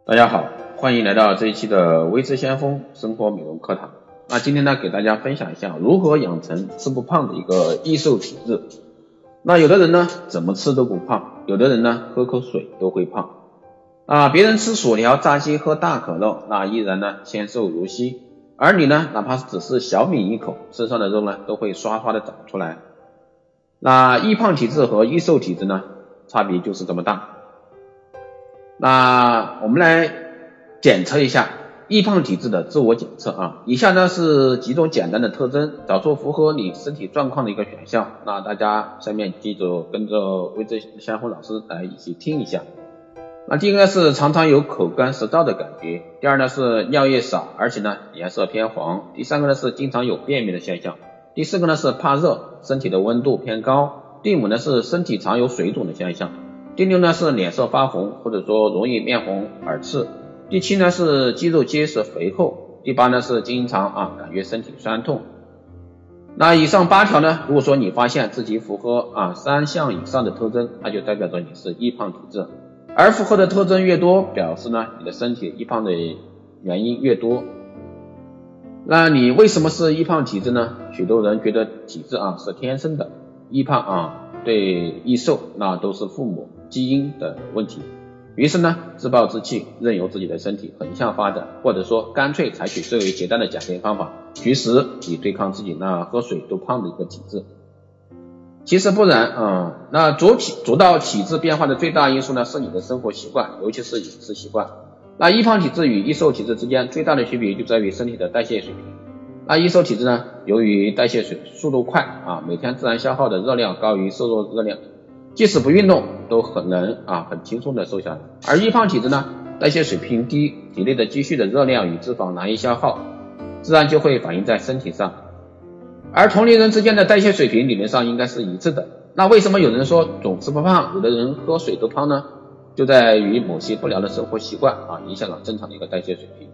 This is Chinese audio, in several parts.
大家好，欢迎来到这一期的微知先锋生活美容课堂。那今天呢，给大家分享一下如何养成吃不胖的一个易瘦体质。那有的人呢，怎么吃都不胖，有的人呢，喝口水都会胖。别人吃薯条、炸鸡、喝大可乐，那依然呢纤瘦如昔，而你呢，哪怕只是小抿一口，身上的肉呢都会刷刷的长出来。那易胖体质和易瘦体质呢，差别就是这么大。那我们来检测一下易胖体质的自我检测啊。以下呢是几种简单的特征，找出符合你身体状况的一个选项。那大家下面记住跟着微知先锋老师来一起听一下。那第一个呢是常常有口干舌燥的感觉，第二呢是尿液少，而且呢颜色偏黄，第三个呢是经常有便秘的现象，第四个呢是怕热，身体的温度偏高，第五呢是身体常有水肿的现象，第六呢是脸色发红，或者说容易面红耳赤，第七呢是肌肉结实肥厚，第八呢是经常感觉身体酸痛。那以上8条呢，如果说你发现自己符合3项以上的特征，那就代表着你是易胖体质，而符合的特征越多，表示呢你的身体易胖的原因越多。那你为什么是易胖体质呢？许多人觉得体质是天生的，易胖对易瘦那都是父母基因的问题，于是呢自暴自弃，任由自己的身体横向发展，或者说干脆采取最为简单的减肥方法，局使以对抗自己那喝水都胖的一个体质。其实不然那主导体质变化的最大因素呢是你的生活习惯，尤其是饮食习惯。那易胖体质与易瘦体质之间最大的区别就在于身体的代谢水平。那易瘦体质呢，由于代谢速度快每天自然消耗的热量高于摄入热量，即使不运动都很能很轻松的瘦下来。而易胖体质呢，代谢水平低，体内的积蓄的热量与脂肪难以消耗，自然就会反映在身体上。而同龄人之间的代谢水平理论上应该是一致的，那为什么有人说总吃不胖，有的人喝水都胖呢？就在于某些不良的生活习惯影响了正常的一个代谢水平。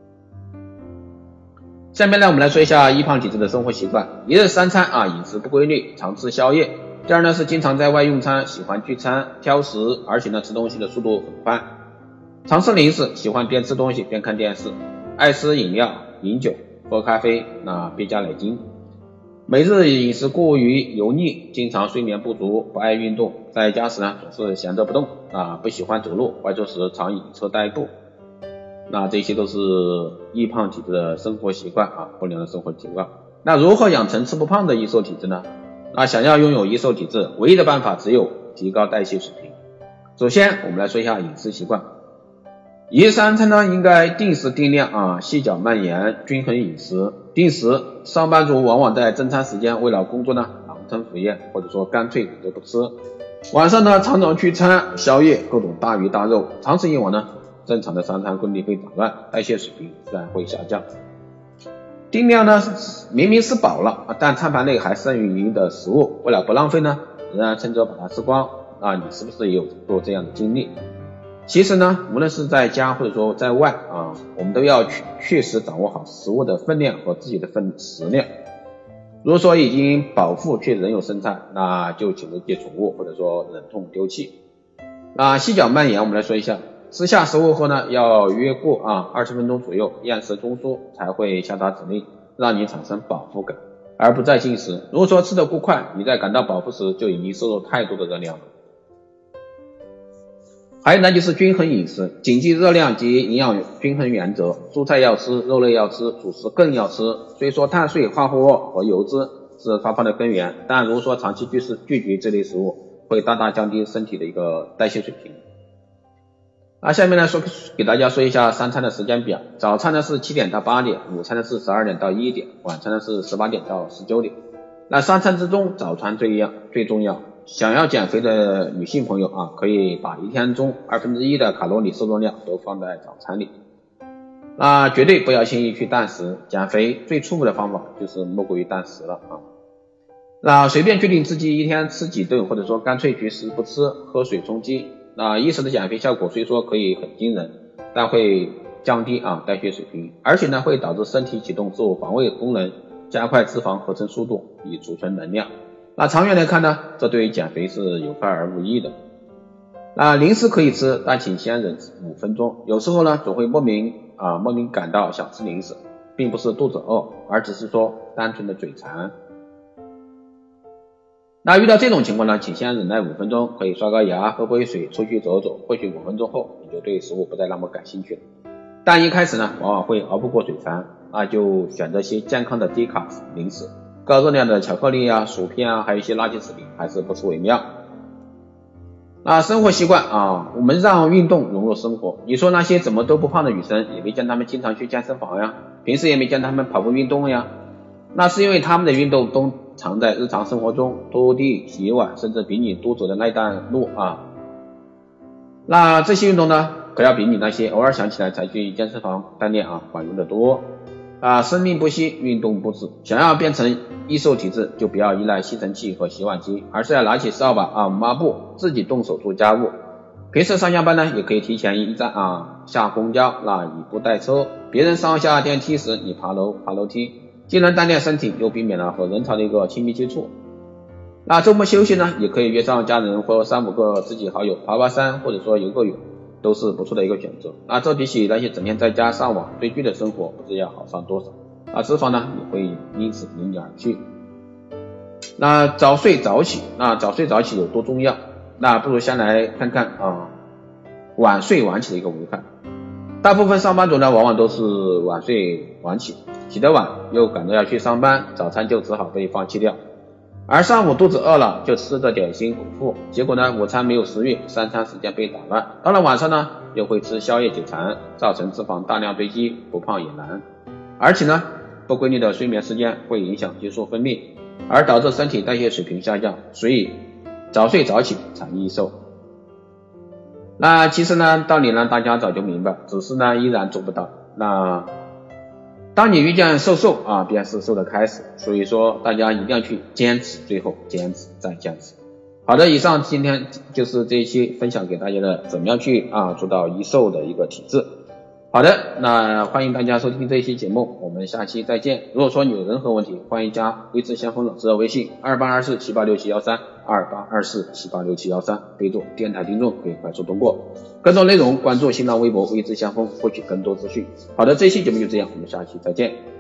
下面呢，我们来说一下易胖体质的生活习惯。一日三餐饮食不规律，常吃宵夜。第二呢是经常在外用餐，喜欢聚餐挑食，而且呢吃东西的速度很快，常吃零食，喜欢边吃东西边看电视，爱吃饮料饮酒喝咖啡别加奶精，每日饮食过于油腻，经常睡眠不足，不爱运动，在家时呢总是闲着不动不喜欢走路，外出时常以车代步。那这些都是易胖体质的生活习惯不良的生活习惯。那如何养成吃不胖的易瘦体质呢？想要拥有易瘦体质，唯一的办法只有提高代谢水平。首先我们来说一下饮食习惯。一日三餐呢应该定时定量细嚼慢咽，均衡饮食。定时，上班族往往在正餐时间为了工作呢狼吞虎咽，或者说干脆都不吃。晚上呢常常聚餐宵夜，各种大鱼大肉，长此以往呢正常的三餐规律会打乱，代谢水平自然会下降。定量呢明明吃饱了但餐盘内还剩余的食物，为了不浪费呢仍然趁着把它吃光你是不是也有过这样的经历？其实呢无论是在家或者说在外我们都要确实掌握好食物的分量和自己的食量。如果说已经饱腹却仍有剩菜，那就请勿借宠物或者说忍痛丢弃。细嚼慢咽我们来说一下。吃下食物后呢，要约过20分钟左右，咽食中枢才会下达指令，让你产生饱腹感，而不再进食。如果说吃得过快，你在感到饱腹时就已经摄入太多的热量了。还有呢就是均衡饮食，谨记热量及营养均衡原则，蔬菜要吃，肉类要吃，主食更要吃。虽说碳水化合物和油脂是发胖的根源，但如果说长期拒绝这类食物，会大大降低身体的一个代谢水平。下面呢给大家说一下三餐的时间表。早餐呢是7点到8点，午餐呢是12点到1点，晚餐呢是18点到19点。那三餐之中早餐最重要。想要减肥的女性朋友可以把一天中1/2的卡路里摄入量都放在早餐里。那绝对不要轻易去断食，减肥最初步的方法就是莫过于断食了那随便决定自己一天吃几顿，或者说干脆绝食不吃，喝水充饥。那一时的减肥效果虽说可以很惊人，但会降低代谢水平，而且呢会导致身体启动自我防卫功能，加快脂肪合成速度以储存能量。那长远来看呢，这对于减肥是有害而无益的。 那零食可以吃，但请先忍5分钟。有时候呢，总会莫名感到想吃零食，并不是肚子饿，而只是说单纯的嘴馋。那遇到这种情况呢，请先忍耐5分钟，可以刷个牙，喝杯水，出去走走，或许5分钟后你就对食物不再那么感兴趣了。但一开始呢，往往会熬不过嘴馋，那就选择些健康的低卡零食，高热量的巧克力啊、薯片啊，还有一些垃圾食品，还是不吃为妙。那生活习惯我们让运动融入生活。你说那些怎么都不胖的女生，也没见她们经常去健身房呀，平时也没见她们跑步运动呀，那是因为她们的运动都藏在日常生活中，拖地、洗碗，甚至比你多走的那段路那这些运动呢，可要比你那些偶尔想起来才去健身房锻炼管用的多。生命不息，运动不止。想要变成易瘦体质，就不要依赖吸尘器和洗碗机，而是要拿起扫把抹布，自己动手做家务。平时上下班呢，也可以提前一站下公交，那以不带车。别人上下电梯时，你爬楼梯，既能锻炼身体，又避免了和人潮的一个亲密接触。那周末休息呢，也可以约上家人或3-5个知己好友爬山，或者说游个泳，都是不错的一个选择。那这比起那些整天在家上网追剧的生活，不知要好上多少。脂肪呢也会因此离你而去。那早睡早起，有多重要？那不如先来看看晚睡晚起的一个危害。大部分上班族呢，往往都是晚睡晚起，起得晚又赶着要去上班，早餐就只好被放弃掉。而上午肚子饿了，就吃着点心果腹，结果呢，午餐没有食欲，3餐时间被打乱。到了晚上呢，又会吃宵夜解馋，造成脂肪大量堆积，不胖也难。而且呢，不规律的睡眠时间会影响激素分泌，而导致身体代谢水平下降，所以早睡早起才易瘦。那其实呢，道理呢大家早就明白，只是呢依然做不到。那当你遇见瘦便是瘦的开始，所以说大家一定要去坚持，最后坚持再坚持。好的，以上今天就是这一期分享给大家的怎么样去做到易瘦的一个体质。好的，那欢迎大家收听这一期节目，我们下期再见。如果说你有任何问题，欢迎加微知先锋老师的微信2824786713 2824786713，备注电台听众，可以快速通过。更多内容关注新浪微博微知先锋，获取更多资讯。好的，这一期节目就这样，我们下期再见。